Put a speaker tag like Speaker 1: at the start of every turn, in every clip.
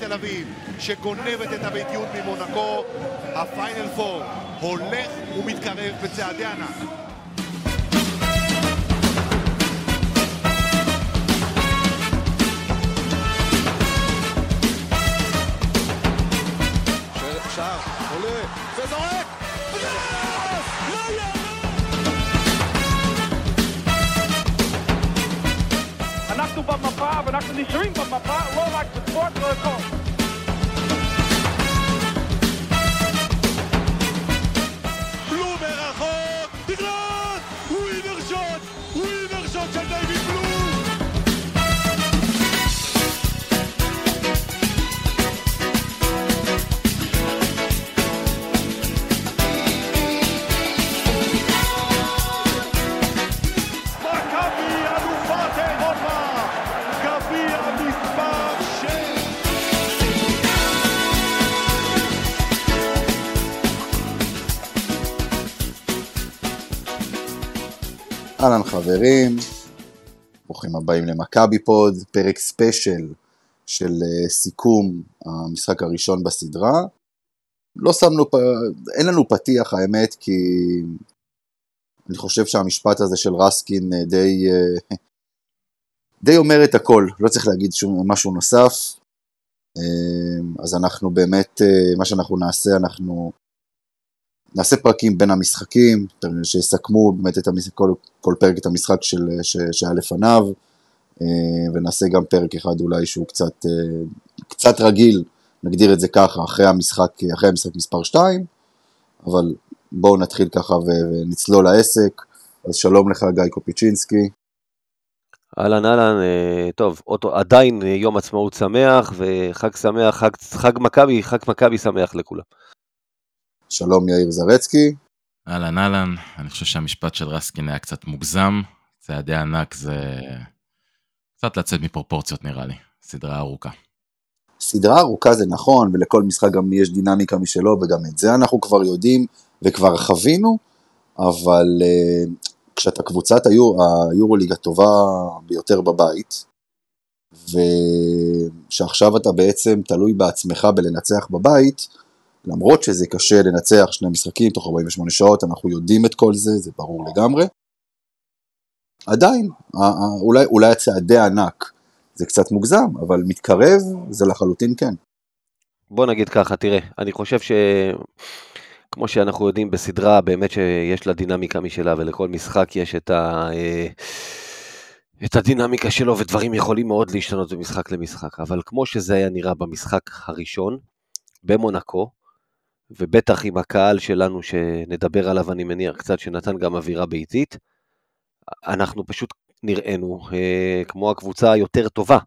Speaker 1: תל אביב שגונבת את הביתיות ממונקו. הפיינל פור הולך ומתקרב בצעדי ענק. שער, עולה, וזורק!
Speaker 2: אנחנו במפה, ואנחנו נשארים במפה, לא רק בספורט, לא הכל.
Speaker 1: בלומר רחוק, תגלוט! ווינר שוט של דיוויד בלום!
Speaker 3: אהלן חברים, ברוכים הבאים למכבי פוד, פרק ספיישל של סיכום המשחק הראשון בסדרה. אין לנו פתיח האמת, כי אני חושב שהמשפט הזה של רסקין די אומר את הכל, לא צריך להגיד משהו נוסף. אז אנחנו באמת, מה שאנחנו נעשה פרקים בין המשחקים, שיסכמו באמת כל פרק את המשחק שהיה לפניו, ונעשה גם פרק אחד אולי שהוא קצת רגיל, נגדיר את זה ככה, אחרי המשחק מספר 2, אבל בואו נתחיל ככה ונצלול לעסק. אז שלום לך גיא קופיצ'ינסקי.
Speaker 4: אהלן, טוב, עדיין יום עצמאות שמח, וחג שמח, חג מכבי שמח לכולם.
Speaker 3: שלום יאיר זרצקי.
Speaker 5: אהלן, אני חושב שהמשפט של רסקין היה קצת מוגזם, צעדי ענק זה קצת לצאת מפרופורציות נראה לי, סדרה ארוכה.
Speaker 3: סדרה ארוכה זה נכון, ולכל משחק גם יש דינמיקה משלו, וגם את זה אנחנו כבר יודעים וכבר חווינו, אבל כשאתה קבוצת היורוליג הטובה ביותר בבית, ושעכשיו אתה בעצם תלוי בעצמך בלנצח בבית, למרות שזה קשה לנצח שני משחקים תוך 48 שעות, אנחנו יודעים את כל זה, זה ברור לגמרי. עדיין, אולי הצעדי ענק זה קצת מוגזם, אבל מתקרב זה לחלוטין כן.
Speaker 4: בוא נגיד ככה, תראה, אני חושב כמו שאנחנו יודעים בסדרה, באמת שיש לה דינמיקה משלה, ולכל משחק יש את הדינמיקה שלו, ודברים יכולים מאוד להשתנות במשחק למשחק, אבל כמו שזה היה נראה במשחק הראשון, במונקו, ובטח עם הקהל שלנו שנדבר עליו, אני מניח קצת שנתן גם אווירה ביתית, אנחנו פשוט נראינו כמו הקבוצה היותר טובה.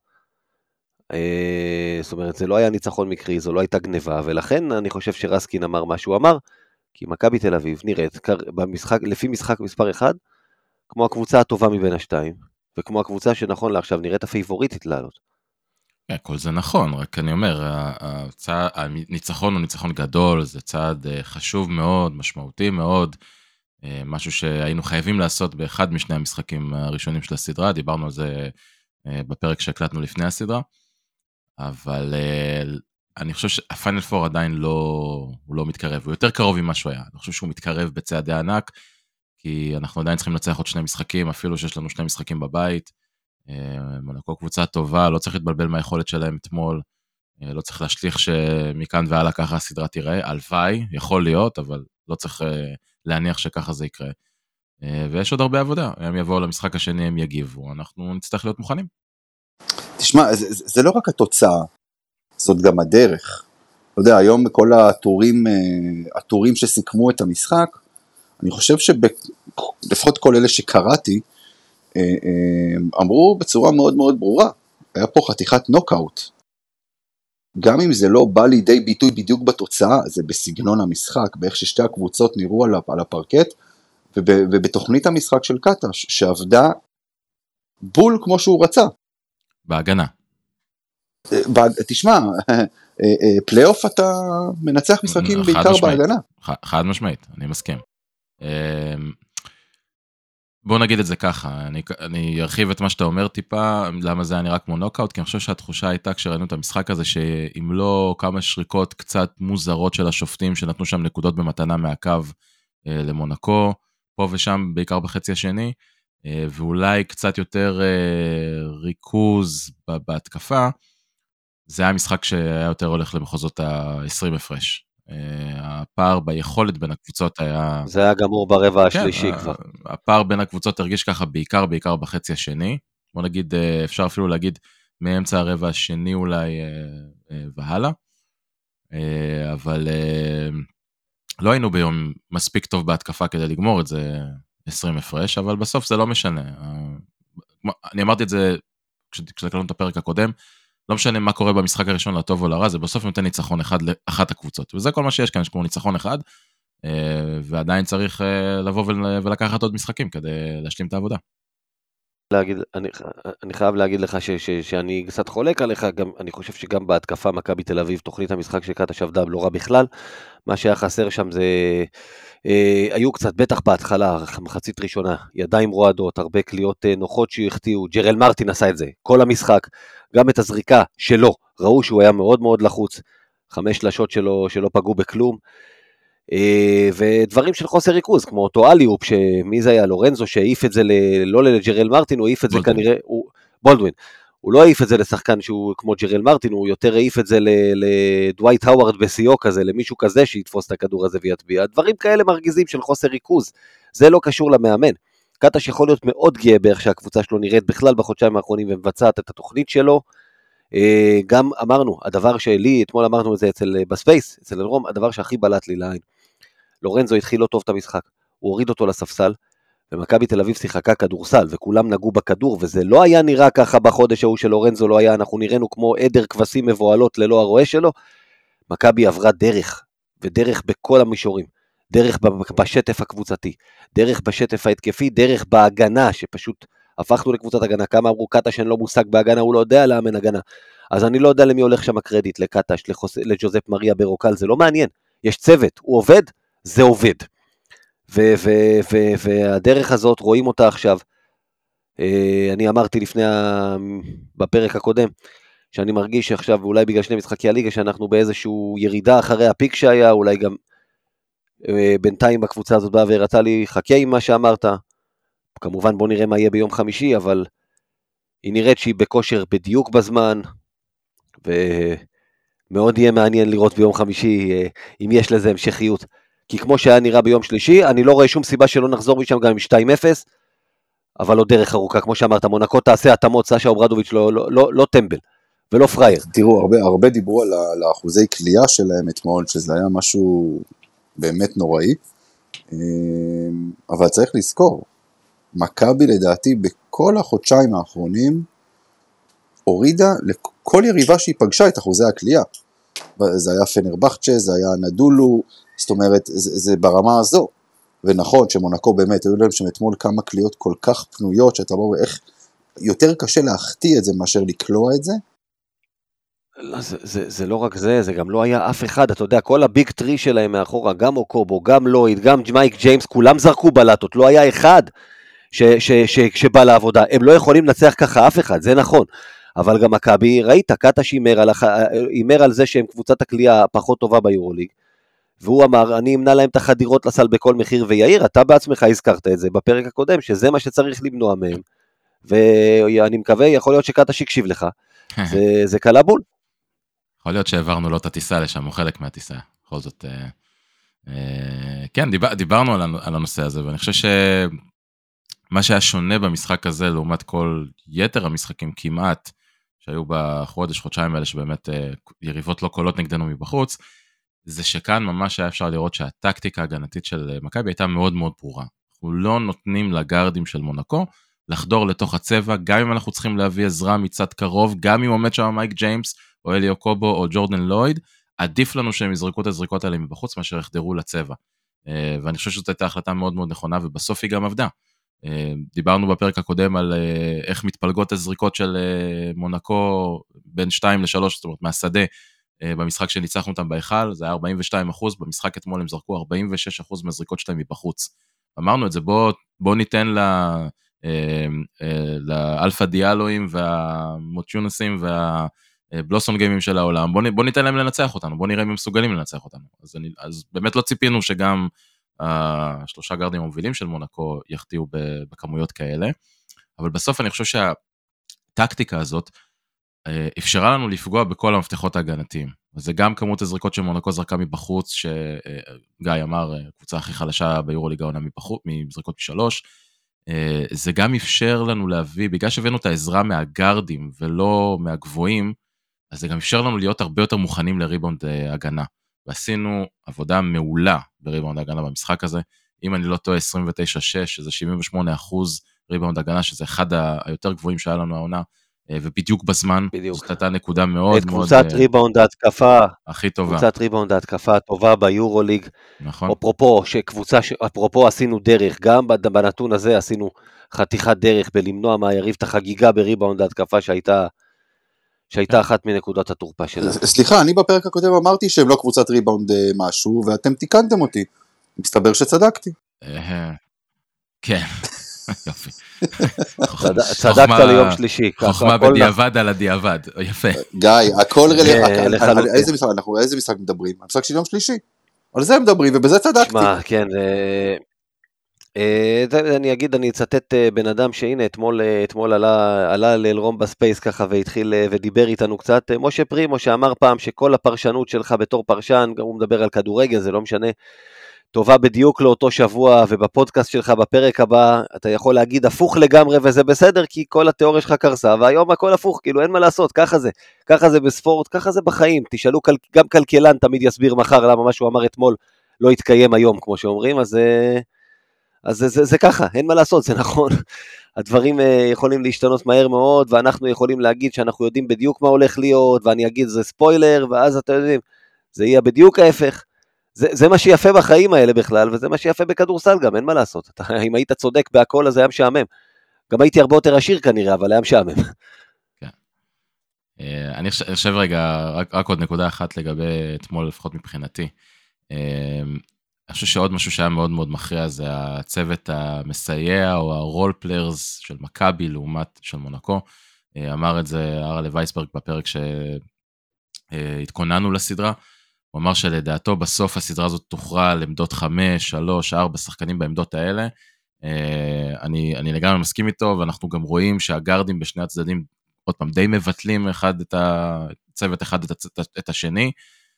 Speaker 4: זאת אומרת, זה לא היה ניצחון מקרי, זו לא הייתה גניבה, ולכן אני חושב שרסקין אמר מה שהוא אמר, כי מכבי תל אביב נראית לפי משחק מספר 1, כמו הקבוצה הטובה מבין השתיים, וכמו הקבוצה שנכון לעכשיו נראית הפייבוריטית לעלות.
Speaker 5: כל זה נכון, רק אני אומר, הניצחון הוא ניצחון גדול, זה צעד חשוב מאוד, משמעותי מאוד, משהו שהיינו חייבים לעשות באחד משני המשחקים הראשונים של הסדרה, דיברנו על זה בפרק שהקלטנו לפני הסדרה, אבל אני חושב שהפיינל פור עדיין לא מתקרב, הוא יותר קרוב ממה שהוא היה, אני חושב שהוא מתקרב בצעדי ענק, כי אנחנו עדיין צריכים לנצח עוד שני משחקים, אפילו שיש לנו שני משחקים בבית, מונקו קבוצה טובה, לא צריך להתבלבל מהיכולת שלהם אתמול, לא צריך להשליך שמכאן והלאה ככה הסדרה תיראה, הלוואי, יכול להיות, אבל לא צריך להניח שככה זה יקרה, ויש עוד הרבה עבודה, הם יבואו למשחק השני, הם יגיבו, אנחנו נצטרך להיות מוכנים.
Speaker 3: תשמע, זה לא רק התוצאה, זאת גם הדרך. אתה יודע, היום בכל הטורים שסיכמו את המשחק, אני חושב שלפחות כל אלה שקראתי, אמרו בצורה מאוד מאוד ברורה, היה פה חתיכת נוקאוט. גם אם זה לא בא לידי ביטוי בדיוק בתוצאה, זה בסגנון המשחק, באיך ששתי הקבוצות נראו על הפרקט, ובתוכנית המשחק של קטש, שעבדה בול כמו שהוא רצה.
Speaker 5: בהגנה.
Speaker 3: תשמע, פלייאוף אתה מנצח משחקים בעיקר בהגנה.
Speaker 5: חד משמעית, אני מסכים. בוא נגיד את זה ככה, אני ארחיב את מה שאתה אומר טיפה, למה זה היה נראה כמו נוקאוט, כי אני חושב שהתחושה הייתה כשראינו את המשחק הזה, שאם לא כמה שריקות קצת מוזרות של השופטים, שנתנו שם נקודות במתנה מהקו למונקו, פה ושם בעיקר בחצי השני, ואולי קצת יותר ריכוז בהתקפה, זה היה משחק שהיה יותר הולך למחוזות ה-20 הפרש. הפער ביכולת בין הקבוצות היה...
Speaker 4: זה היה גמור ברבע השלישי כבר.
Speaker 5: הפער בין הקבוצות הרגיש ככה בעיקר בחצי השני. בוא נגיד, אפשר אפילו להגיד מאמצע הרבע השני אולי והלאה. אבל לא היינו ביום מספיק טוב בהתקפה כדי לגמור את זה 20 הפרש, אבל בסוף זה לא משנה. אני אמרתי את זה כשקראנו את הפרק הקודם, לא משנה מה קורה במשחק הראשון לטוב או לרע, זה בסוף נותן ניצחון אחד לאחת הקבוצות, וזה כל מה שיש כאן, יש כמו ניצחון אחד, ועדיין צריך לבוא ולקחת עוד משחקים כדי להשלים את העבודה.
Speaker 4: אני חייב להגיד לך שאני קצת חולק עליך, אני חושב שגם בהתקפה מכבי תל אביב, תוכנית המשחק של קטש עבדה לא רע בכלל, מה שהיה חסר שם זה, היו קצת בטח בהתחלה, מחצית ראשונה, ידיים רועדות, הרבה קליעות נוחות שהחטיאו, ג'רל מרטין עשה את זה, כל המשחק, גם את הזריקה שלו, ראו שהוא היה מאוד מאוד לחוץ, 5 שלשות שלא פגעו בכלום, ודברים של חוסר ריכוז, כמו אותו אליופ, שמי זה היה, לורנזו, שהעיף את זה לא לג'רל מרטין, הוא העיף את זה כנראה, בולדווין, הוא לא העיף את זה לשחקן שהוא כמו ג'רל מרטין, הוא יותר העיף את זה לדווייט האווארד בסיוק כזה, למישהו כזה שיתפוס את הכדור הזה ויטביע, דברים כאלה מרגיזים של חוסר ריכוז, זה לא קשור למאמן, קטש יכול להיות מאוד גאה באיך שהקבוצה שלו נראית בכלל בחודשיים האחרונים, ומבצעת את התוכנית שלו, גם אמרנו, הדבר שלי, אתמול אמרנו את זה בספייס, אצל אלרום, הדבר שהכי בלט לי לעין, לורנזו התחיל לא טוב את המשחק, הוא הוריד אותו לספסל, ומכבי תל אביב שיחקה כדורסל, וכולם נגעו בכדור, וזה לא היה נראה ככה בחודש ההוא של לורנזו, לא היה, אנחנו נראינו כמו עדר כבשים מבועלות ללא הרועה שלו, מכבי עברה דרך, ודרך בכל המישורים, דרך בשטף הקבוצתי, דרך בשטף ההתקפי, דרך בהגנה, שפשוט הפכנו לקבוצת הגנה, כמה אמרו קטש אין לו מושג בהגנה, הוא לא יודע לאמן הגנה, אז אני לא יודע למי הולך שם הקרדיט, לקטש, לג'וזפ מריה ברוקל, זה לא מעניין, יש צוות, הוא עובד, זה עובד. והדרך הזאת, רואים אותה עכשיו, אני אמרתי בפרק הקודם, שאני מרגיש שעכשיו, אולי בגלל שני משחקי הליגה, שאנחנו באיזשהו ירידה אחרי הפיק שהיה, אולי גם בינתיים בקבוצה הזאת באה והראתה לי, חכה עם מה שאמרת, כמובן בוא נראה מה יהיה ביום חמישי, אבל היא נראית שהיא בכושר בדיוק בזמן, ומאוד יהיה מעניין לראות ביום חמישי, אם יש לזה המשכיות, כי כמו שהיה נראה ביום שלישי, אני לא רואה שום סיבה שלא נחזור משם גם עם 2-0, אבל לא דרך ארוכה, כמו שאמרת, מונקו תעשה התאמות, סשה אוברדוביץ' לא טמבל, ולא פרייר.
Speaker 3: תראו, הרבה דיברו על האחוזי קליעה שלהם אתמול, שזה היה משהו באמת נוראי, אבל צריך לזכור, מכבי לדעתי בכל החודשיים האחרונים, הורידה לכל יריבה שהיא פגשה את אחוזי הקליעה, זה היה פנרבחצ'ה, זה היה נדולו, זאת אומרת, זה ברמה הזו, ונכון שמונקו באמת, היו להם שם אתמול כמה קליעות כל כך פנויות, שאתה אומר, איך יותר קשה להחטיא את זה, מאשר לקלוע את זה?
Speaker 4: זה לא רק זה, זה גם לא היה אף אחד, אתה יודע, כל הביג טרי שלהם מאחורה, גם אוקובו, גם לויד, גם מייק ג'יימס, כולם זרקו בלטות, לא היה אחד שבא לעבודה, הם לא יכולים לנצח ככה אף אחד, זה נכון, אבל גם מכבי, ראית, קטש אימר על זה שהם קבוצת הקליעה הפחות טובה ביורוליג, והוא אמר, אני אמנע להם את החדירות לסל בכל מחיר, ויאיר, אתה בעצמך הזכרת את זה בפרק הקודם, שזה מה שצריך למנוע מהם, ואני מקווה, יכול להיות שקטש יקשיב לך, זה קלה בול.
Speaker 5: יכול להיות שהעברנו לו את הטיסה לשם, או חלק מהטיסה, בכל זאת, כן, דיברנו על הנושא הזה, ואני חושב שמה שהיה שונה במשחק הזה, לעומת כל יתר המשחקים כמעט, שהיו חודשיים האלה, שבאמת יריבות לא קולות נגדנו מבחוץ, זה שכאן ממש היה אפשר לראות שהטקטיקה ההגנתית של מכבי הייתה מאוד מאוד ברורה. אנחנו לא נותנים לגארדים של מונקו לחדור לתוך הצבע, גם אם אנחנו צריכים להביא עזרה מצד קרוב, גם אם עומד שם מייק ג'יימס, או אלי אוקובו, או ג'ורדן לויד, עדיף לנו שהם יזרקו את הזריקות האלה מבחוץ, מאשר יחדרו לצבע. ואני חושב שזאת הייתה החלטה מאוד מאוד נכונה, ובסוף היא גם עבדה. דיברנו בפרק הקודם על איך מתפלגות הזריקות של מונקו בין 2-3, זאת אומרת מהשדה, במשחק שניצחנו אותם בהיכל, זה היה 42%, במשחק אתמול הם זרקו 46% מהזריקות שלהם מבחוץ. אמרנו את זה, בוא ניתן לאלפא דיאלואים והמוטיונוסים והבלוסון גיימים של העולם, בוא ניתן להם לנצח אותנו, בוא נראה אם הם מסוגלים לנצח אותנו. אז באמת לא ציפינו שגם השלושה גארדים המובילים של מונקו יחטיאו בכמויות כאלה, אבל בסוף אני חושב שהטקטיקה הזאת אפשרה לנו לפגוע בכל המפתחות ההגנתיים. וזה גם כמות הזריקות של מונקו זרקה מבחוץ, שגיא אמר, הקבוצה הכי חלשה ביורוליגה עונה מזריקות משלוש, זה גם אפשר לנו להביא, בגלל שהבאנו את העזרה מהגארדים ולא מהגבוהים, אז זה גם אפשר לנו להיות הרבה יותר מוכנים לריבאונד הגנה. ועשינו עבודה מעולה בריבאונד הגנה במשחק הזה, אם אני לא טועה 29-6, שזה 78% ריבאונד הגנה, שזה אחד היותר גבוהים שהיה לנו העונה, ובדיוק בזמן, זאת הייתה נקודה מאוד מאוד...
Speaker 4: קבוצת ריבאונד ההתקפה,
Speaker 5: הכי טובה.
Speaker 4: קבוצת ריבאונד ההתקפה הטובה ביורוליג,
Speaker 5: נכון.
Speaker 4: אפרופו עשינו דרך, גם בנתון הזה עשינו חתיכת דרך, בלמנוע מהיריב את החגיגה בריבאונד ההתקפה שהייתה אחת מנקודות התורפה שלה.
Speaker 3: סליחה, אני בפרק הקודם אמרתי שהם לא קבוצת ריבאונד משהו, ואתם תיקנתם אותי. מסתבר שצדקתי.
Speaker 5: כן. יופי.
Speaker 4: צדקת ליום שלישי.
Speaker 5: חוכמה בדיעבד על הדיעבד, יפה.
Speaker 3: גיא, הכל איזה משחק מדברים? המשחק של יום שלישי. על זה מדברים, ובזה צדקתי.
Speaker 4: שמע, כן, אני אצטט בן אדם שהנה, אתמול עלה לאלרום בספייס ככה, והתחיל ודיבר איתנו קצת, משה פרימו, שאמר פעם שכל הפרשנות שלך בתור פרשן, גם הוא מדבר על כדורגל, זה לא משנה, טובה בדיוק לאותו שבוע, ובפודקאסט שלך בפרק הבא, אתה יכול להגיד הפוך לגמרי, וזה בסדר, כי כל התיאוריה שלך קרסה, והיום הכל הפוך, כאילו אין מה לעשות, ככה זה בספורט, ככה זה בחיים, תשאלו, גם כלכלן תמיד יסביר מחר, למה מה שהוא אמר אתמול לא יתקיים היום, כמו שאומרים, אז זה ככה, אין מה לעשות, זה נכון, הדברים יכולים להשתנות מהר מאוד, ואנחנו יכולים להגיד שאנחנו יודעים בדיוק מה הולך להיות, ואני אגיד זה ספוילר, ואז אתה יודעים, זה יהיה בדיוק ההפך, זה מה שיפה בחיים האלה בכלל, וזה מה שיפה בכדורסל גם, אין מה לעשות. אם היית צודק בהכל, אז היה משעמם. גם הייתי הרבה יותר עשיר כנראה, אבל היה משעמם.
Speaker 5: כן. אני חושב רגע, רק עוד נקודה אחת לגבי אתמול, לפחות מבחינתי. אני חושב שעוד משהו שהיה מאוד מאוד מכריע, זה הצוות המסייע, או הרול פליירס של מכבי, לעומת של מונקו. אמר את זה ארלה וייסברג בפרק שהתכוננו לסדרה, הוא אמר שלדעתו בסוף הסדרה הזאת תוכרע לעמדות 5, 3, 4 שחקנים בעמדות האלה. אני לגמרי מסכים איתו, ואנחנו גם רואים שהגארדים בשני הצדדים, עוד פעם, די מבטלים צוות אחד את השני,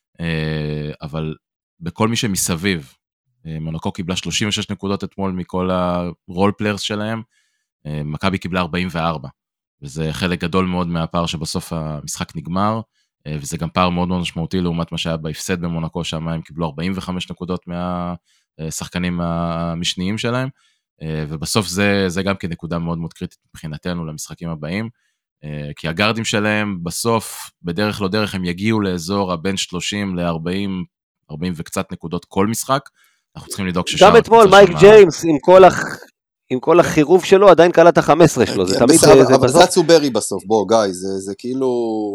Speaker 5: אבל בכל מי שמסביב, מונקו קיבלה 36 נקודות אתמול מכל הרול פליירס שלהם, מכבי קיבלה 44, וזה חלק גדול מאוד מהפער שבסוף המשחק נגמר, וזה גם פער מאוד מאוד משמעותי לעומת מה שהיה בהפסד במונקו, שם הם קיבלו 45 נקודות מהשחקנים המשניים שלהם, ובסוף זה גם כנקודה מאוד מאוד קריטית מבחינתנו למשחקים הבאים, כי הגארדים שלהם בסוף, בדרך לא דרך, הם יגיעו לאזור הבין 30 ל-40, 40 וקצת נקודות כל משחק, אנחנו צריכים לדאוג ששם...
Speaker 4: גם אתמול מייק ג'יימס עם כל החירוב שלו, עדיין קלט ה-15 שלו, זה תמיד...
Speaker 3: אבל זה צוברי בסוף, בוא גיא, זה כאילו...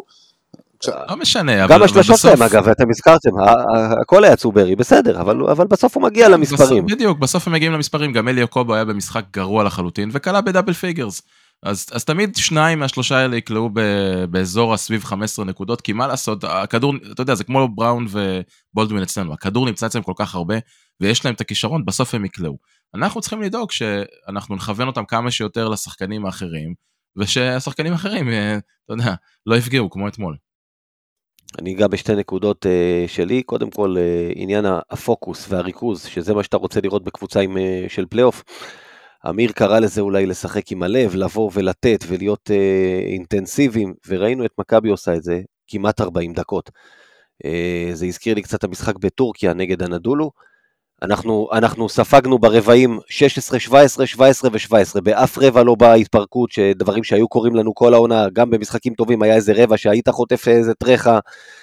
Speaker 5: לא משנה,
Speaker 4: גם השלושות שלהם אגב, אתם הזכרתם, הכל היה צוברי, בסדר, אבל בסוף הוא מגיע למספרים.
Speaker 5: בדיוק, בסוף הם מגיעים למספרים, גם אלי יוקובו היה במשחק גרוע לחלוטין, וקלה בדאבל פיגרס, אז תמיד 2 מהשלושה האלה יקלעו באזור הסביב 15 נקודות, כי מה לעשות, הכדור, אתה יודע, זה כמו בראון ובולדווין אצלנו, הכדור נמצא אצלם כל כך הרבה, ויש להם את הכישרון, בסוף הם יקלעו. אנחנו צריכים לדאוג שאנחנו נכוון אותם כמה שיותר לשחקנים האחרים, ושהשחקנים האחרים, אתה יודע, לא יפגעו כמו אתמול.
Speaker 4: אני אגע בשתי נקודות שלי, קודם כל עניין הפוקוס והריכוז, שזה מה שאתה רוצה לראות בקבוצה של פלייאוף, אמיר קרא לזה אולי לשחק עם הלב, לבוא ולתת ולהיות אינטנסיביים, וראינו את מכבי עושה את זה כמעט 40 דקות. זה הזכיר לי קצת המשחק בטורקיה נגד הנדולו, אנחנו ספגנו ברבעים 16, 17, 17 ו-17, באף רבע לא באה התפרקות, שדברים שהיו קוראים לנו כל העונה, גם במשחקים טובים היה איזה רבע שהיית חוטף איזה טרחה,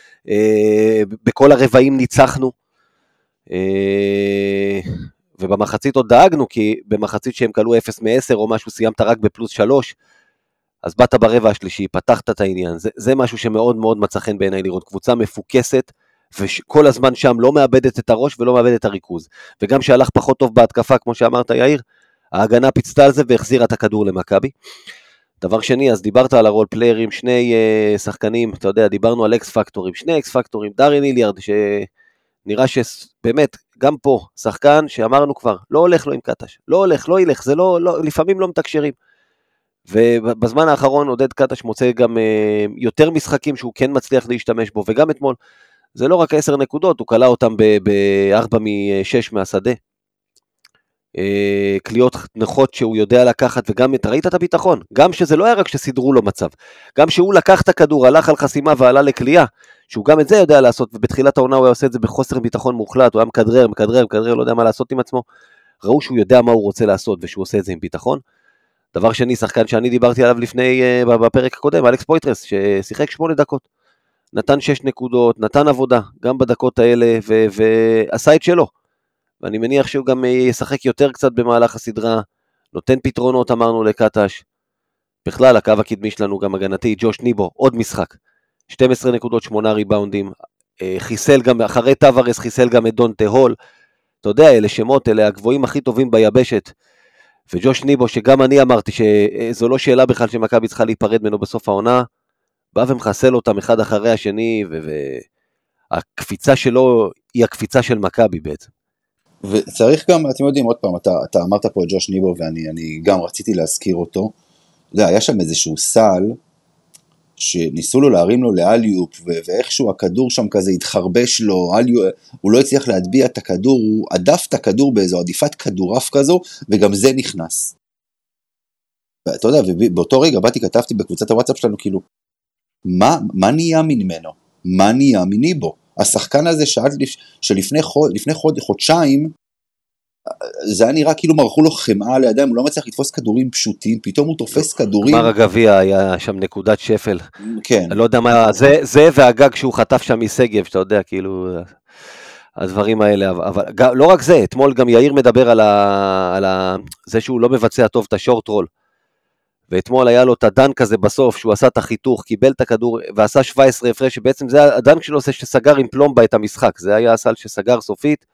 Speaker 4: בכל הרבעים ניצחנו, ובמחצית עוד דאגנו, כי במחצית שהם קלו 0 מ-10 או משהו, סיימת רק בפלוס 3, אז באת ברבע השלישי, פתחת את העניין, זה משהו שמאוד מאוד מצא חן בעיניי לראות, קבוצה מפוקסת, וכל הזמן שם לא מאבדת את הראש ולא מאבדת את הריכוז. וגם שהלך פחות טוב בהתקפה, כמו שאמרת יאיר, ההגנה פיצתה על זה והחזירה את הכדור למכבי. דבר שני, אז דיברת על הרול פליירים, שני שחקנים, אתה יודע, דיברנו על אקס פקטורים, שני אקס פקטורים, דארן היליארד, שנראה שבאמת, גם פה, שחקן שאמרנו כבר, לא הולך לו עם קטש, לא הולך, לא ילך, זה לא, לפעמים לא מתקשרים. ובזמן האחרון עודד קטש מוצא גם יותר משחקים שהוא כן מצליח להשתמש בו, וגם אתמול, זה לא רק 10 נקודות, הוא קלה אותם ב4 מ-6 מהשדה. קליות נכות שהוא יודע לקחת, וגם ראית את הביטחון, גם שזה לא היה רק שסידרו לו מצב, גם שהוא לקח את הכדור, הלך על חסימה ועלה לקליה, שהוא גם את זה יודע לעשות, ובתחילת העונה הוא היה עושה את זה בחוסר ביטחון מוחלט, הוא היה מקדרר, לא יודע מה לעשות עם עצמו, ראו שהוא יודע מה הוא רוצה לעשות, ושהוא עושה את זה עם ביטחון. דבר שני, שחקן שאני דיברתי עליו לפני, בפרק הקודם, אלכס פויטרס, ששיחק 8 דקות, נתן 6 נקודות, נתן עבודה, גם בדקות האלה, ועשה את שלו. ואני מניח שהוא גם ישחק יותר קצת במהלך הסדרה, נותן פתרונות, אמרנו לקטש. בכלל, הקו הקדמי שלנו גם הגנתי, ג'וש ניבו, עוד משחק. 12 נקודות, 8 ריבאונדים. חיסל גם, אחרי טוורס, חיסל גם את דון טהול. אתה יודע, אלה שמות, אלה הגבוהים הכי טובים ביבשת. וג'וש ניבו, שגם אני אמרתי שזו לא שאלה בכלל שמכבי צריכה להיפרד ממנו בסוף העונה, בא ומחסל אותם אחד אחרי השני, והקפיצה שלו היא הקפיצה של מכבי בעצם.
Speaker 3: וצריך גם, אתם יודעים, עוד פעם, אתה אמרת פה את ג'וש ניבו, ואני גם רציתי להזכיר אותו, היה שם איזשהו סל, שניסו לו להרים לו לאליופ, ואיכשהו הכדור שם כזה התחרבש לו, הוא לא הצליח להטביע את הכדור, הוא עדף את הכדור באיזו עדיפת כדורף כזו, וגם זה נכנס. ואתה יודע, ובאותו רגע באתי, כתבתי בקבוצת הוואטסאפ שלנו, כאילו, מה נהיה ממנו? מה נהיה מניבו? השחקן הזה שלפני חודשיים, זה היה נראה כאילו מרחו לו חמאה לידיים, הוא לא מצליח לתפוס כדורים פשוטים, פתאום הוא תופס כדורים.
Speaker 4: גמר הגביע היה שם נקודת שפל.
Speaker 3: כן.
Speaker 4: אני לא יודע מה, זה והגג שהוא חטף שם מסגב, שאתה יודע, כאילו, הדברים האלה, אבל לא רק זה, אתמול גם יאיר מדבר על זה שהוא לא מבצע טוב את השורט רול, ואתמול היה לו את הדנק הזה בסוף, שהוא עשה את החיתוך, קיבל את הכדור, ועשה 17 הפרש, שבעצם זה הדנק שלו שסגר עם פלומבה את המשחק, זה היה הסל שסגר סופית,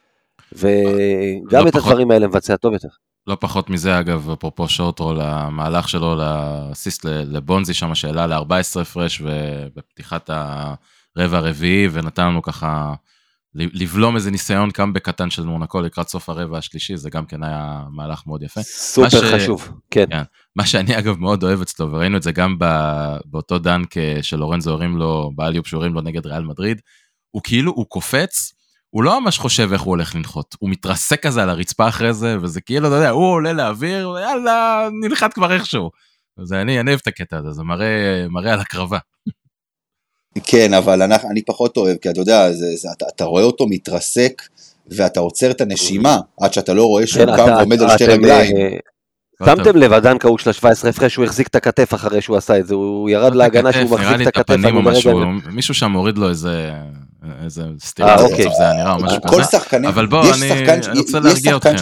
Speaker 4: וגם את הדברים האלה מבצע טוב יותר.
Speaker 5: לא פחות מזה, אגב, אפרופו שורטרול, המהלך שלו לאסיסט לבונזי, שם שאלה ל-14 הפרש, ובפתיחת הרבע הרביעי, ונתן לנו ככה לבלום איזה ניסיון קם בקטן של מונקו לקראת סוף הרבע השלישי, זה גם כן היה מהלך מאוד יפה.
Speaker 4: סופר חשוב, כן.
Speaker 5: מה שאני אגב מאוד אוהב אצלו, וראינו את זה גם באותו דנק של לורנזו הרים לו, באליופ שהורים לו נגד ריאל מדריד, הוא כאילו, הוא קופץ, הוא לא ממש חושב איך הוא הולך לנחות, הוא מתרסק כזה על הרצפה אחרי זה, וזה כאילו, אתה יודע, הוא עולה לאוויר, יאללה, נלחת כבר איכשהו. אז אני אוהב את הקטע הזה, זה מראה על הקרבה.
Speaker 3: כן, אבל אני פחות אוהב, כי אתה יודע, אתה רואה אותו מתרסק, ואתה עוצר את הנשימה, עד שאתה לא רואה שהוא קם ועומד על שתי רגליים.
Speaker 4: שמתם לב, הדנקה הוא של ה-17 הפרש, הוא החזיק את הכתף אחרי שהוא עשה את זה, הוא ירד להגנה שהוא מחזיק את הכתף.
Speaker 5: מישהו שם הוריד לו איזה סטירה, בסוף זה היה נראה או משהו כזה. אבל בוא, אני רוצה להרגיע אתכם.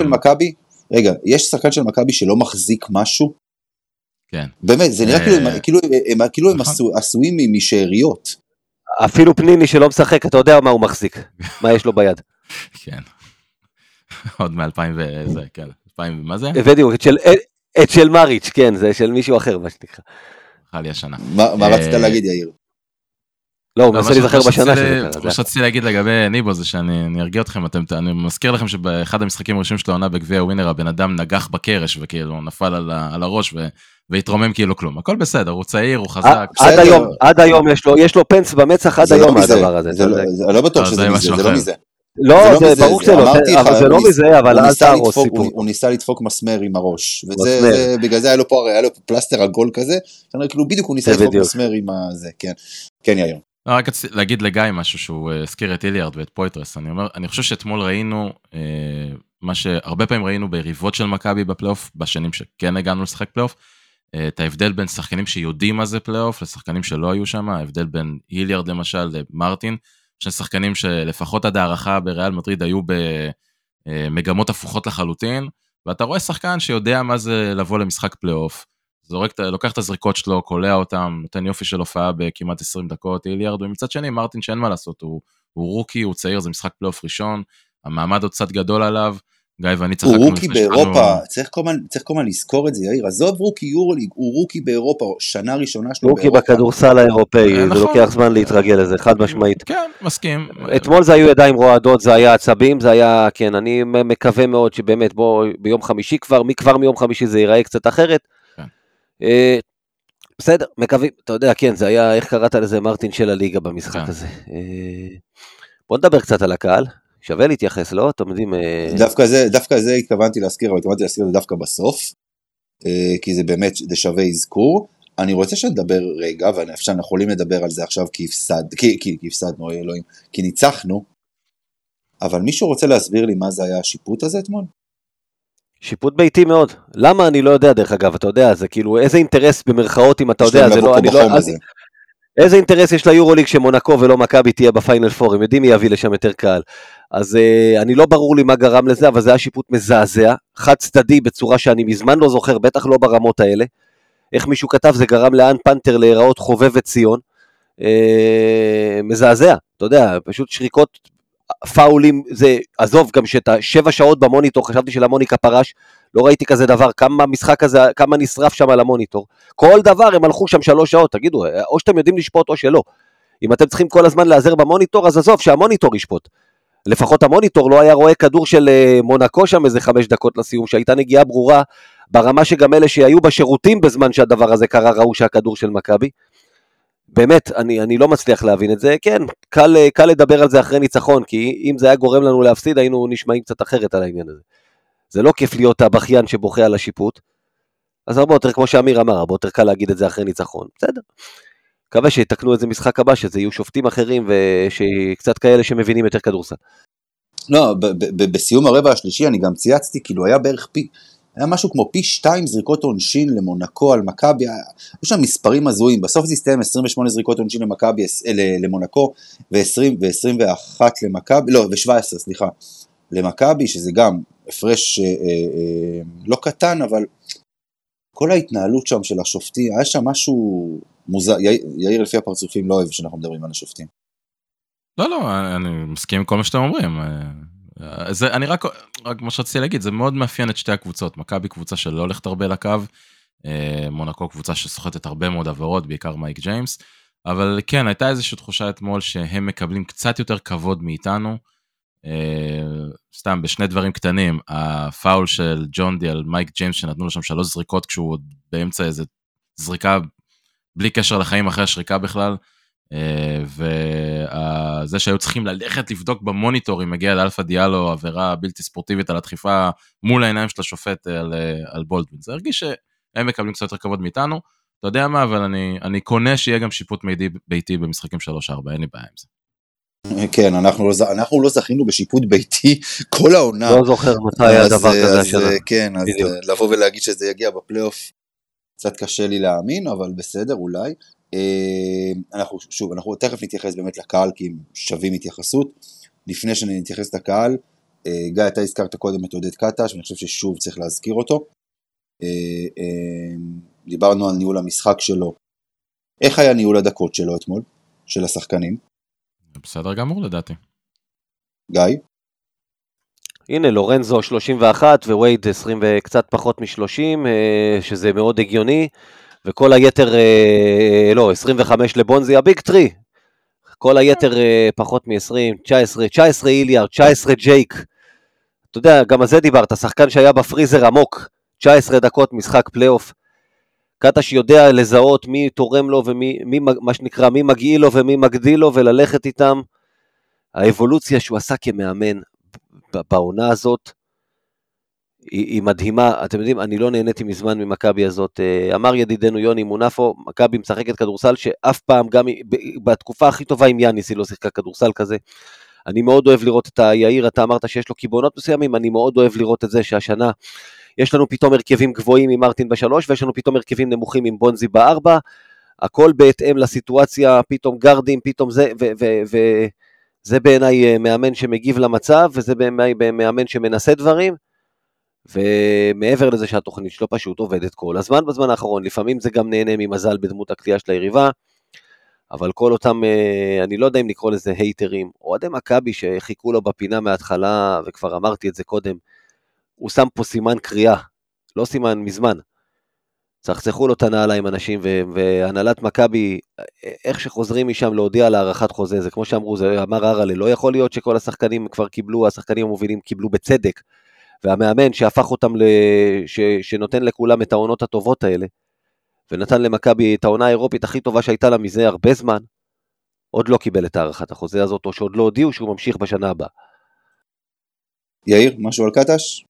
Speaker 3: יש שחקן של מכבי שלא מחזיק משהו,
Speaker 5: כן.
Speaker 3: באמת, זה נראה כאילו הם עשויים משאריות.
Speaker 4: אפילו פניני שלא משחק, אתה יודע מה הוא מחזיק, מה יש לו ביד.
Speaker 5: כן. עוד מ-2000 וזה, כן. 2000, מה זה?
Speaker 4: בדיוק, את של מריץ', כן, זה של מישהו אחר, מה שנקרא.
Speaker 5: חלי השנה.
Speaker 3: מה רצית להגיד, יאיר?
Speaker 4: לא, הוא מנסה להיזכר בשנה שזה קרה.
Speaker 5: מה שרציתי להגיד לגבי ניבו זה שאני ארגיע אתכם, אני מזכיר לכם שבאחד המשחקים הראשונים של העונה בגביע ווינר, הבן אדם נגח בקרש וכאילו נפל על הראש והתרומם כאילו כלום. הכל בסדר, הוא צעיר, הוא חזק.
Speaker 4: עד היום יש לו פנס במצח עד היום הדבר הזה.
Speaker 3: אני לא בטוח שזה מזה, זה לא מזה.
Speaker 4: לא, זה ברור שלא, אבל זה לא מזה, אבל אל תהרוס סיפור.
Speaker 3: הוא ניסה לדפוק מסמר עם הראש, ובגלל זה היה לו פה פלסטר עגול כזה, כאילו בדיוק הוא ניסה לדפוק מסמר עם הזה, כן יאיר.
Speaker 5: רק להגיד לגיא משהו שהוא הזכיר את היליארד ואת פויטרס, אני חושב שאתמול ראינו, מה שהרבה פעמים ראינו ביריבות של מכבי בפלייאוף, בשנים שכן הגענו לשחק פלייאוף, את ההבדל בין שחקנים שיודעים מה זה פלייאוף, לשחקנים שלא היו שם, ההבדל בין היליארד למשל למרטין, שני שחקנים שלפחות עד הערכה בריאל מדריד היו במגמות הפוכות לחלוטין, ואתה רואה שחקן שיודע מה זה לבוא למשחק פלייאוף, לוקח את הזריקות שלו, קולע אותם, נותן יופי של הופעה בכמעט 20 דקות, היליארד, ומצד שני מרטין שאין מה לעשות, הוא הוא רוקי, הוא צעיר, זה משחק פלייאוף ראשון, המעמד עוד קצת גדול עליו, גיא ואני
Speaker 3: הוא
Speaker 5: צחקנו.
Speaker 3: רוקי באירופה, צריך כל הזמן לזכור את זה, יאיר, עזוב רוקי יורוליג, הוא רוקי באירופה, שנה ראשונה שלו
Speaker 4: רוקי בכדורסל האירופאי, זה לוקח זמן להתרגל לזה, חד משמעית.
Speaker 5: כן, מסכים.
Speaker 4: אתמול זה היו ידיים רועדות, זה היה עצבים, זה היה, כן, אני מקווה מאוד שבאמת, בוא, ביום חמישי כבר, מכבר מיום חמישי זה ייראה קצת אחרת. בסדר, מקווים, אתה יודע, כן, זה היה, איך קראת לזה, מרטין של הליגה במשחק הזה. בוא נדבר קצת על הקהל. שווה להתייחס, לא? אתם יודעים...
Speaker 3: דווקא זה התכוונתי להזכיר, אבל התכוונתי להזכיר את זה דווקא בסוף, כי זה באמת, זה שווה אזכור. אני רוצה שנדבר רגע, ואנחנו יכולים לדבר על זה עכשיו כי הפסדנו, אלוהים, כי ניצחנו, אבל מישהו רוצה להסביר לי מה זה היה השיפוט הזה אתמול?
Speaker 4: שיפוט ביתי מאוד. למה אני לא יודע, דרך אגב, אתה יודע, זה כאילו, איזה אינטרס במרכאות, אם אתה יודע, זה לא... איזה אינטרס יש ליורוליג שמונקו ולא מכבי תהיה בפיינל פור, הם יודעים מי יביא לשם יותר קהל. אז אני לא ברור לי מה גרם לזה, אבל זה היה שיפוט מזעזע, חד צדדי בצורה שאני מזמן לא זוכר, בטח לא ברמות האלה. איך מישהו כתב, זה גרם לאן פנתר להיראות חובבת ציון. מזעזע, אתה יודע, פשוט שריקות, פאולים, זה עזוב גם שאת 7 שעות במוניטור, חשבתי שלמוניקה פרש, לא ראיתי כזה דבר, כמה משחק הזה, כמה נשרף שם על המוניטור, כל דבר הם הלכו שם 3 שעות, תגידו, או שאתם יודעים לשפוט או שלא, אם אתם צריכים כל הזמן לעזר במוניטור, אז עזוב שהמוניטור ישפוט, לפחות המוניטור לא היה רואה כדור של מונקו שם איזה 5 דקות לסיום, שהייתה נגיעה ברורה, ברמה שגם אלה שהיו בשירותים בזמן שהדבר הזה קרה, ראו שהכדור של מכבי, באמת, אני לא מצליח להבין את זה, כן, קל לדבר על זה אחרי ניצחון, כי אם זה היה גורם לנו להפסיד, היינו נשמעים קצת אחרת על העניין הזה. זה לא כיף להיות הבכיין שבוכה על השיפוט, אז הרבה יותר, כמו שאמיר אמר, הרבה יותר קל להגיד את זה אחרי ניצחון, בסדר. מקווה שיתקנו את זה משחק הבא, שזה יהיו שופטים אחרים, ושקצת כאלה שמבינים יותר כדורסל.
Speaker 3: לא, בסיום הרבע השלישי אני גם צייצתי, כאילו היה בערך היה משהו כמו פי 2 זריקות עונשין למונקו על מכבי, היו שם מספרים הזויים, בסוף זה הסתיים 28 זריקות עונשין למכבי, למונקו, ו21 למכבי, לא, ו17, סליחה, למכבי, שזה גם הפרש לא קטן, אבל כל ההתנהלות שם של השופטים, היה שם משהו מוזר, יאיר לפי הפרצופים לא אוהב שאנחנו מדברים על השופטים.
Speaker 5: לא, אני מסכים עם כל מה שאתם אומרים, אני רק מה שרציתי להגיד, זה מאוד מאפיין את שתי הקבוצות, מכבי קבוצה שלא הולכת הרבה לקו, מונקו קבוצה שסוחטת הרבה מאוד עבירות, בעיקר מייק ג'יימס, אבל כן, הייתה איזושהי תחושה אתמול שהם מקבלים קצת יותר כבוד מאיתנו, סתם בשני דברים קטנים, הפאול של ג'ון די על מייק ג'יימס שנתנו לו שם 3 זריקות כשהוא עוד באמצע איזו זריקה בלי קשר לחיים אחרי השריקה בכלל, וזה שהיו צריכים ללכת לבדוק במוניטור אם מגיע לאלפה דיאלו עבירה בלתי ספורטיבית על הדחיפה מול העיניים של השופט על בולדווין, זה הרגיש שהם מקבלים קצת יותר כבוד מאיתנו, אתה יודע מה, אבל אני קונה שיהיה גם שיפוט ביתי במשחקים 3-4, אין לי בעיה עם זה.
Speaker 3: כן, אנחנו לא זכינו בשיפוט ביתי כל העונה.
Speaker 4: לא זוכר מתי היה דבר כזה השנה.
Speaker 3: כן, אז לבוא ולהגיד שזה יגיע בפלייאוף, קצת קשה לי להאמין, אבל בסדר, אולי. אנחנו תכף נתייחס באמת לקהל, כי הם שווים התייחסות. לפני שנתייחס לקהל, גיא, אתה הזכרת קודם את עודד קטש, ואני חושב ששוב צריך להזכיר אותו. דיברנו על ניהול המשחק שלו. איך היה ניהול הדקות שלו אתמול? של השחקנים?
Speaker 5: בסדר גמור לדעתי.
Speaker 3: גיא?
Speaker 4: הנה, לורנזו 31 ווייד 20 וקצת פחות מ-30, שזה מאוד הגיוני, וכל היתר, לא, 25 לבונזי, הביג טרי, כל היתר פחות מ-20, 19 איליארד, 19 ג'ייק, אתה יודע, גם על זה דיברת, שחקן שהיה בפריזר עמוק, 19 דקות משחק פלייאוף, קטש יודע לזהות מי תורם לו ומי, מה שנקרא, מי מגעיל לו ומי מגדיל לו וללכת איתם. האבולוציה שהוא עשה כמאמן בעונה הזאת היא מדהימה. אתם יודעים, אני לא נהניתי מזמן ממכבי הזאת. אמר ידידנו יוני מונפו, מכבי משחקת כדורסל שאף פעם, גם בתקופה הכי טובה עם יאניס היא לא שיחקה כדורסל כזה. אני מאוד אוהב לראות את היאיר, אתה אמרת שיש לו כיבונות מסוימים, אני מאוד אוהב לראות את זה שהשנה יש לנו פתאום הרכבים גבוהים עם מרטין ב3, ויש לנו פתאום הרכבים נמוכים עם בונזי ב4, הכל בהתאם לסיטואציה, פתאום גרדים, פתאום זה, וזה בעיניי מאמן שמגיב למצב, וזה בעיניי מאמן שמנסה דברים, ומעבר לזה שהתוכנית שלו פשוט עובדת כל הזמן בזמן האחרון, לפעמים זה גם נהנה ממזל בדמות הקליעה של היריבה, אבל כל אותם, אני לא יודע אם לקרוא לזה הייטרים, אוהדי מכבי שחיכו לו בפינה מההתחלה, וכבר אמרתי את זה קודם, הוא שם פה סימן קריאה, לא סימן מזמן. צחצחו לו את הנעליים אנשים, והנהלת מכבי, איך שחוזרים משם להודיע על הערכת חוזה, זה כמו שאמרו, זה אמר הרלה, לא יכול להיות שכל השחקנים כבר קיבלו, השחקנים המובילים קיבלו בצדק, והמאמן שהפך אותם, שנותן לכולם את העונות הטובות האלה, ונתן למכבי את העונה האירופית הכי טובה שהייתה לה מזה הרבה זמן, עוד לא קיבל את הערכת החוזה הזאת, או שעוד לא הודיעו שהוא ממשיך בשנה הבאה.
Speaker 3: יאיר, משהו על קטש?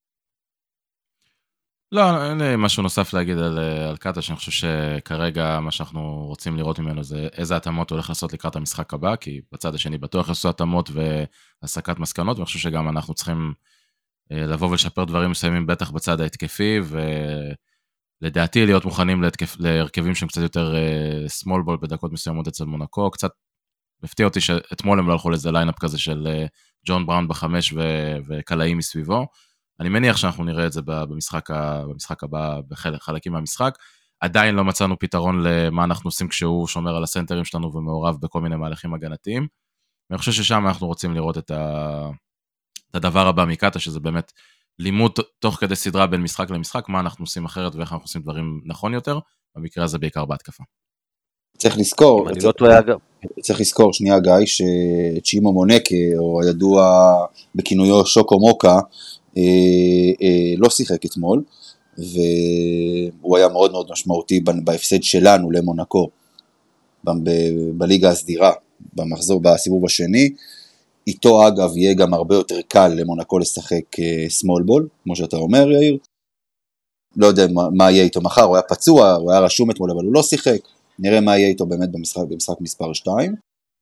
Speaker 5: לא, אין לי משהו נוסף להגיד על קטש, אני חושב שכרגע מה שאנחנו רוצים לראות ממנו זה איזה התאמות הוא הולך לעשות לקראת המשחק הבא, כי בצד השני בטוח יעשו התאמות והסקת מסקנות, ואני חושב שגם אנחנו צריכים לבוא ולשפר דברים מסוימים, בטח בצד ההתקפי, ולדעתי להיות מוכנים להרכבים שהם קצת יותר small ball בדקות מסוימות אצל מונקו, קצת הפתיע אותי שאתמול הם לא הלכו לזה ליינאפ כזה של ג'ון בראון בחמש וקלעים מסביבו, אני מניח שאנחנו נראה את זה במשחק הבא, בחלקים מהמשחק, עדיין לא מצאנו פתרון למה אנחנו עושים כשהוא שומר על הסנטרים שלנו ומעורב בכל מיני מהלכים הגנתיים, ואני חושב ששם אנחנו רוצים לראות את הדבר הבא מקטה, שזה באמת לימוד תוך כדי סדרה בין משחק למשחק, מה אנחנו עושים אחרת ואיך אנחנו עושים דברים נכון יותר, במקרה הזה בעיקר בהתקפה.
Speaker 3: צריך לזכור שנייה גיא, שצ'ימו מונקה, או הידוע בכינויו שוקו מוקה, לא שיחק אתמול, והוא היה מאוד מאוד משמעותי בהפסד שלנו למונקו, בליגה הסדירה, בסיבוב השני, איתו אגב יהיה גם הרבה יותר קל למונקו לשחק סמול בול, כמו שאתה אומר יאיר, לא יודע מה יהיה איתו מחר, הוא היה פצוע, הוא היה רשום אתמול אבל הוא לא שיחק, נראה מה יהיה איתו באמת במשחק מספר 2.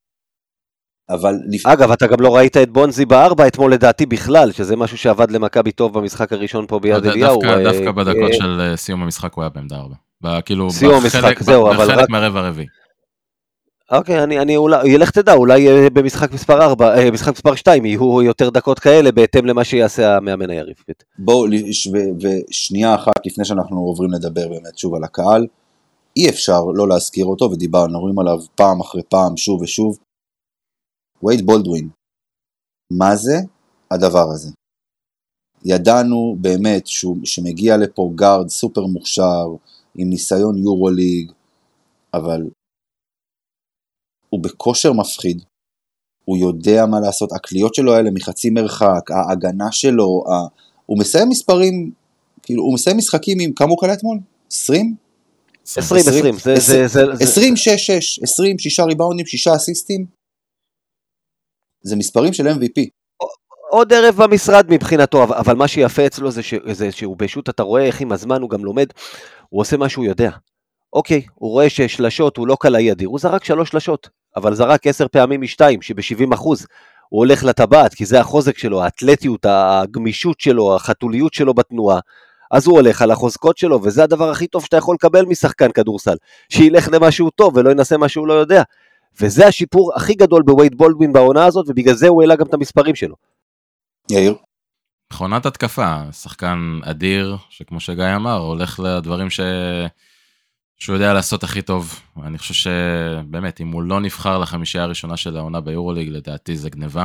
Speaker 4: אגב, אתה גם לא ראית את בונזי בארבע אתמול לדעתי בכלל, שזה משהו שעבד למכבי טוב במשחק הראשון פה ביד אליהו.
Speaker 5: דווקא בדקות של סיום המשחק הוא היה בעמדה 4. כאילו
Speaker 4: סיום המשחק, זהו, אבל
Speaker 5: בחלק מהרבע הרביעי.
Speaker 4: אוקיי, אני ילך תדע, אולי במשחק מספר 4, משחק מספר 2, יהיו יותר דקות כאלה, בהתאם למה שיעשה המאמן היריב.
Speaker 3: בואו, ושנייה אחת לפני שאנחנו עוברים לדבר באמת שוב על הקהל, אי אפשר לא להזכיר אותו, ודיברנו, רואים עליו פעם אחרי פעם, שוב ושוב, וייד בולדווין, מה זה הדבר הזה? ידענו באמת שמגיע לפה גארד סופר מוכשר, עם ניסיון יורו ליג, אבל הוא בכושר מפחיד, הוא יודע מה לעשות, הקליות שלו האלה מחצי מרחק, ההגנה שלו, הוא מסיים מספרים, כאילו הוא מסיים משחקים עם כמה הוא קלה אתמול? 20?
Speaker 4: 20,
Speaker 3: 20, 6, 20, 6 ריבאונדים, 6 אסיסטים, זה מספרים של MVP.
Speaker 4: עוד ערב במשרד מבחינתו, אבל מה שיפה אצלו זה שהוא פשוט, אתה רואה איך עם הזמן הוא גם לומד, הוא עושה מה שהוא יודע. אוקיי, הוא רואה ששלשות הוא לא קלעי אדיר, הוא זרק 3 שלשות, אבל זרק 10 פעמים מ2, שב-70% הוא הולך לטבעת, כי זה החוזק שלו, האתלטיות, הגמישות שלו, החתוליות שלו בתנועה, אז הוא הולך על החוזקות שלו, וזה הדבר הכי טוב שאתה יכול לקבל משחקן כדורסל, שילך למשהו טוב ולא ינסה משהו לא יודע, וזה השיפור הכי גדול בווייד בולדווין בעונה הזאת, ובגלל זה הוא העלה גם את המספרים שלו.
Speaker 3: יאיר?
Speaker 5: מכונת התקפה, שחקן אדיר, שכמו שגיא אמר, הולך לדברים שהוא יודע לעשות הכי טוב. אני חושב שבאמת, אם הוא לא נבחר לחמישייה הראשונה של העונה ביורוליג, לדעתי זה גניבה.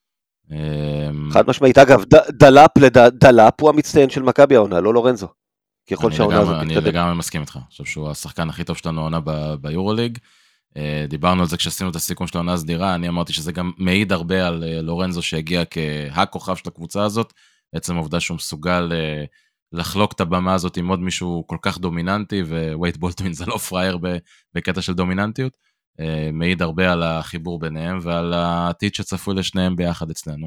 Speaker 4: חד משמעית, אגב, דלאפ הוא המצטיין של מכבי העונה, לא לורנזו. ככל שהעונה הזאת תתקדם.
Speaker 5: אני לגמרי מסכים איתך. אני חושב שהוא השחקן הכי טוב שלנו העונה ביורוליג. דיברנו על זה כשעשינו את הסיכום של העונה הסדירה, אני אמרתי שזה גם מעיד הרבה על לורנזו שהגיע כהכוכב של הקבוצה הזאת, בעצם העובדה שהוא מסוגל לחלוק את הבמה הזאת עם עוד מישהו כל כך דומיננטי, ווייד בולדווין זה לא פרייר בקטע של דומיננטיות, מעיד הרבה על החיבור ביניהם, ועל העתיד שצפוי לשניהם ביחד אצלנו.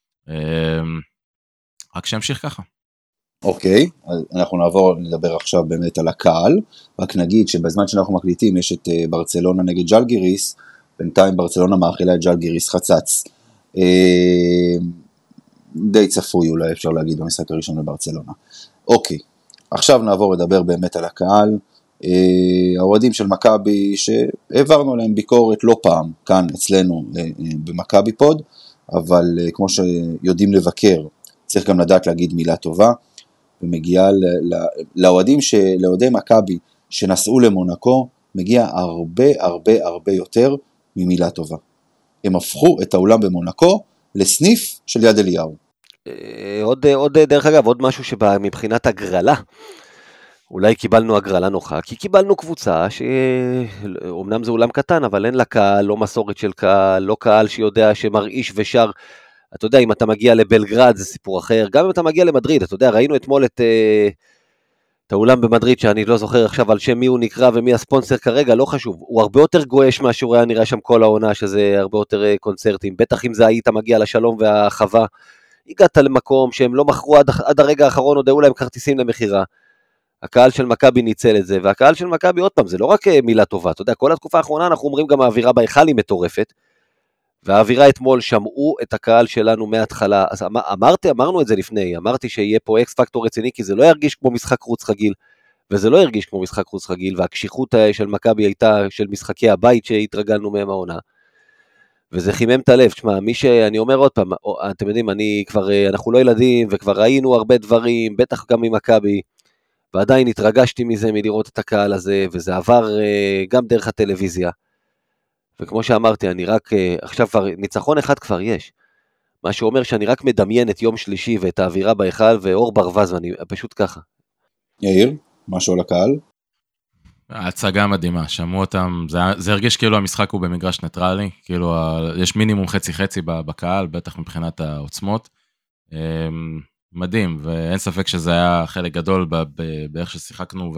Speaker 5: רק שימשיך ככה.
Speaker 3: אוקיי, אנחנו נעבור לדבר עכשיו באמת על הקהל, רק נגיד שבזמן שאנחנו מקליטים יש את ברצלונה נגד ג'לגיריס, בינתיים ברצלונה מאכילה את ג'לגיריס חצץ, די צפוי אולי אפשר להגיד במשחק הראשון לברצלונה. אוקיי, עכשיו נעבור לדבר באמת על הקהל, האוהדים של מכבי שהעברנו להם ביקורת לא פעם, כאן אצלנו במכבי פוד, אבל כמו שיודעים לבקר, צריך גם לדעת להגיד מילה טובה, ומגיעה לאוהדי מכבי שנסעו למונקו, מגיע הרבה הרבה הרבה יותר ממילה טובה. הם הפכו את האולם במונקו לסניף של יד אליהו.
Speaker 4: עוד דרך אגב, עוד משהו שמבחינת הגרלה, אולי קיבלנו הגרלה נוחה, כי קיבלנו קבוצה שאומנם זה אולם קטן, אבל אין לה קהל, לא מסורת של קהל, לא קהל שיודע שמרעיש ושר. אתה יודע, אם אתה מגיע לבלגרד זה סיפור אחר, גם אם אתה מגיע למדריד, אתה יודע, ראינו אתמול את האולם במדריד, שאני לא זוכר עכשיו על שם מי הוא נקרא ומי הספונסר כרגע, לא חשוב, הוא הרבה יותר גואש מהשיעור היה נראה שם כל העונה, שזה הרבה יותר קונצרטים, בטח אם זה היית מגיע לשלום והחווה, הגעת למקום שהם לא מכרו עד הרגע האחרון, הודעו להם כרטיסים למחירה, הקהל של מכבי ניצל את זה, והקהל של מכבי עוד פעם, זה לא רק מילה טובה, אתה יודע, כל התקופה האחרונה אנחנו אומרים גם האווירה בהיכל היא מטורפת, והאווירה אתמול שמעו את הקהל שלנו מההתחלה, אז אמרנו את זה לפני, אמרתי שיהיה פה אקס פקטור רציני, כי זה לא ירגיש כמו משחק חוץ רגיל, וזה לא ירגיש כמו משחק חוץ רגיל, והקשיחות של מכבי הייתה של משחקי הבית שהתרגלנו מהם העונה, וזה חימם את הלב, תשמע, מי שאני אומר עוד פעם, אתם יודעים, אנחנו לא ילדים, וכבר ראינו הרבה דברים, בטח גם ממכבי, ועדיין התרגשתי מזה, מלראות את הקהל הזה, וזה עבר גם דרך הטלוויזיה, וכמו שאמרתי, אני רק, עכשיו כבר, ניצחון אחד כבר יש, מה שאומר שאני רק מדמיין את יום שלישי, ואת האווירה בהיכל, ואור ברווז, ואני פשוט ככה.
Speaker 3: יאיר, משהו על הקהל?
Speaker 5: ההצגה מדהימה, שמעו אותם, זה הרגיש כאילו המשחק הוא במגרש ניטרלי, כאילו יש מינימום חצי-חצי בקהל, בטח מבחינת העוצמות, מדהים, ואין ספק שזה היה חלק גדול באיך ששיחקנו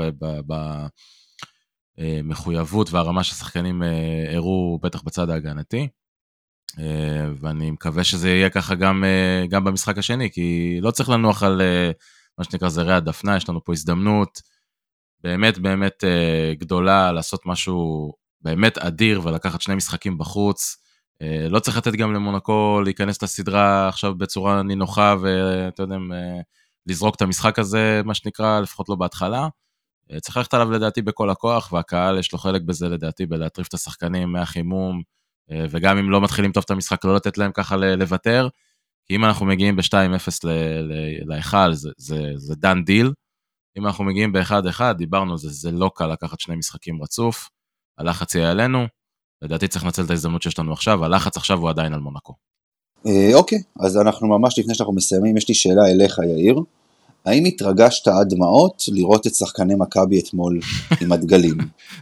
Speaker 5: ובמחויבות והרמה שהשחקנים הראו בטח בצד ההגנתי, ואני מקווה שזה יהיה ככה גם במשחק השני, כי לא צריך לנוח על מה שנקרא זרי הדפנה, יש לנו פה הזדמנות באמת באמת גדולה לעשות משהו באמת אדיר ולקחת שני משחקים בחוץ, לא צריך לתת גם למונקו להיכנס לסדרה עכשיו בצורה נינוחה ואתה יודע, לזרוק את המשחק הזה, מה שנקרא, לפחות לא בהתחלה. צריך ללכת עליו לדעתי בכל הכוח, והקהל יש לו חלק בזה לדעתי בלהטריף את השחקנים מהחימום, וגם אם לא מתחילים טוב את המשחק, לא לתת להם ככה לוותר, כי אם אנחנו מגיעים ב-2-0 להיכל, זה דן דיל, אם אנחנו מגיעים ב-1-1, דיברנו, זה לא קל לקחת שני משחקים רצוף, הלחץ יהיה עלינו, לדעתי צריך לנצל את ההזדמנות שיש לנו עכשיו, הלחץ עכשיו הוא עדיין על מונקו.
Speaker 3: אוקיי, אז אנחנו ממש לפני שאנחנו מסיימים, יש לי שאלה אליך יאיר, האם התרגשת עד דמעות לראות את שחקני מכבי אתמול עם הדגלים?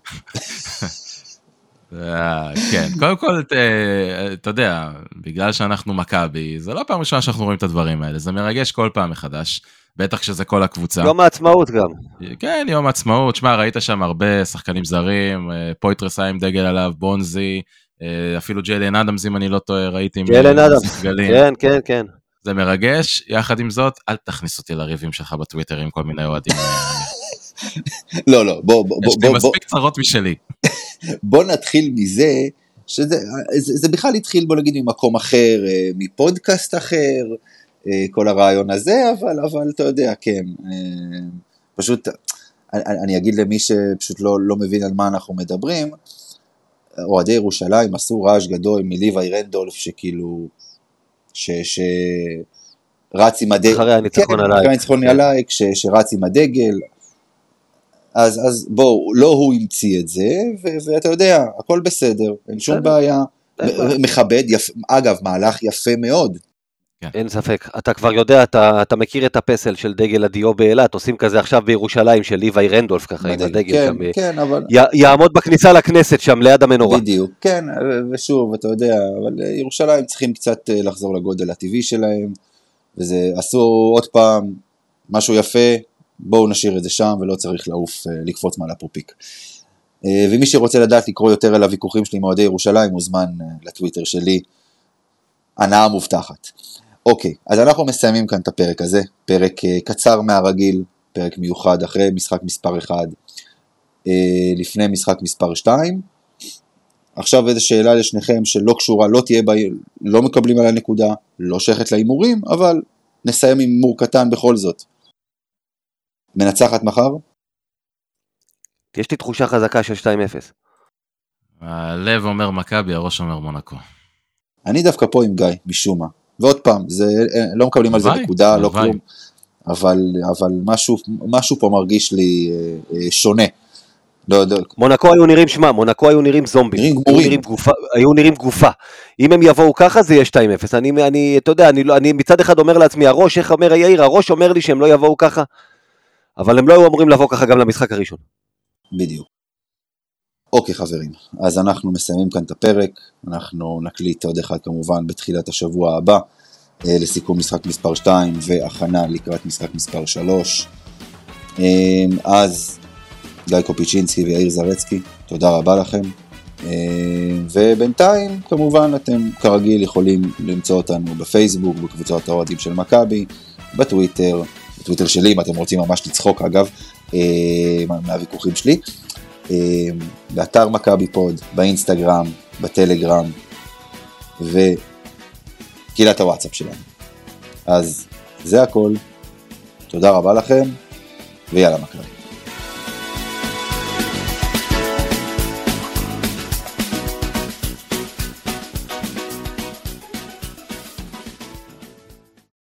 Speaker 5: כן, קודם כל, אתה יודע, בגלל שאנחנו מכבי, זה לא פעם ראשונה שאנחנו רואים את הדברים האלה, זה מרגש כל פעם מחדש, בטח שזה כל הקבוצה.
Speaker 4: יום העצמאות גם.
Speaker 5: כן, יום העצמאות, שמה, ראית שם הרבה שחקנים זרים, פויטרס עם דגל עליו, בונזי, אפילו ג'יילן אדמס, אם אני לא טועה, ראיתי עם דגלים.
Speaker 4: כן, כן, כן.
Speaker 5: זה מרגש, יחד עם זאת, אל תכניס אותי לריבים שלך בטוויטר עם כל מיני אוהדים.
Speaker 3: לא, בוא.
Speaker 5: יש לי מספיק צרות משלי.
Speaker 3: בוא נתחיל מזה, שזה בכלל התחיל, בוא נגיד, ממקום אחר, מפודקאסט אחר, כל הרעיון הזה, אבל אתה יודע, כן, פשוט, אני אגיד למי שפשוט לא מבין על מה אנחנו מדברים, אוהדי ירושלים עשו רעש גדול מליווי רנדולף, שכאילו, שרץ עם הדגל,
Speaker 4: אחרי הניצחון עליי,
Speaker 3: אחרי הניצחון עליי, שרץ עם הדגל, אז בואו, לא הוא המציא את זה, ואתה יודע, הכל בסדר, אין שום בעיה, מכבד, אגב, מהלך יפה מאוד.
Speaker 4: אין ספק, אתה כבר יודע, אתה מכיר את הפסל של דגל הדיו באילת, עושים כזה עכשיו בירושלים של ליווי רנדולף ככה, עם הדגל שם, יעמוד בכניסה לכנסת שם ליד המנורה.
Speaker 3: בדיוק, כן, ושוב, אתה יודע, אבל ירושלים צריכים קצת לחזור לגודל הטבעי שלהם, וזה עשו עוד פעם משהו יפה, בואו נשאיר את זה שם, ולא צריך לעוף, לקפוץ מעל הפופיק. ומי שרוצה לדעת לקרוא יותר על הוויכוחים שלי עם אוהדי ירושלים, מוזמן לטוויטר שלי, הנאה מובטחת. אוקיי, אז אנחנו מסיימים כאן את הפרק הזה, פרק קצר מהרגיל, פרק מיוחד אחרי משחק מספר 1, לפני משחק מספר 2. עכשיו איזו שאלה לשניכם שלא קשורה, לא תהיה בה, לא מקבלים על הנקודה, לא שייכת לאימורים, אבל נסיים עם אימור קטן בכל זאת. מנצחת מחר?
Speaker 4: יש לי תחושה חזקה של 2-0.
Speaker 5: הלב אומר מכבי, הראש אומר מונקו.
Speaker 3: אני דווקא פה עם גיא, משום מה. ועוד פעם, לא מקבלים על זה נקודה, לא כלום, אבל משהו פה מרגיש לי שונה. לא,
Speaker 4: מונקו היו נראים, שמע, מונקו היו נראים זומבים, היו נראים גופה, אם הם יבואו ככה זה יהיה 2-0, אני, אתה יודע, אני מצד אחד אומר לעצמי, הראש, איך אומר יאיר, הראש אומר לי שהם לא יבואו ככה, אבל הם לא היו אמורים לבוא ככה גם למשחק הראשון.
Speaker 3: בדיוק. אוקיי חברים, אז אנחנו מסיימים כאן את הפרק, אנחנו נקליט עוד אחד כמובן בתחילת השבוע הבא, לסיכום משחק מספר 2 והכנה לקראת משחק מספר 3. אז גיא קופיצ'ינסקי ויאיר זרצקי, תודה רבה לכם. ובינתיים כמובן אתם כרגיל יכולים למצוא אותנו בפייסבוק, בקבוצות האוהדים של מכבי, בטוויטר שלי אם אתם רוצים ממש לצחוק אגב מהוויכוחים שלי, באתר מכבי פוד, באינסטגרם, בטלגרם וקהילת הוואטסאפ שלנו. אז זה הכל, תודה רבה לכם ויאללה מכבי.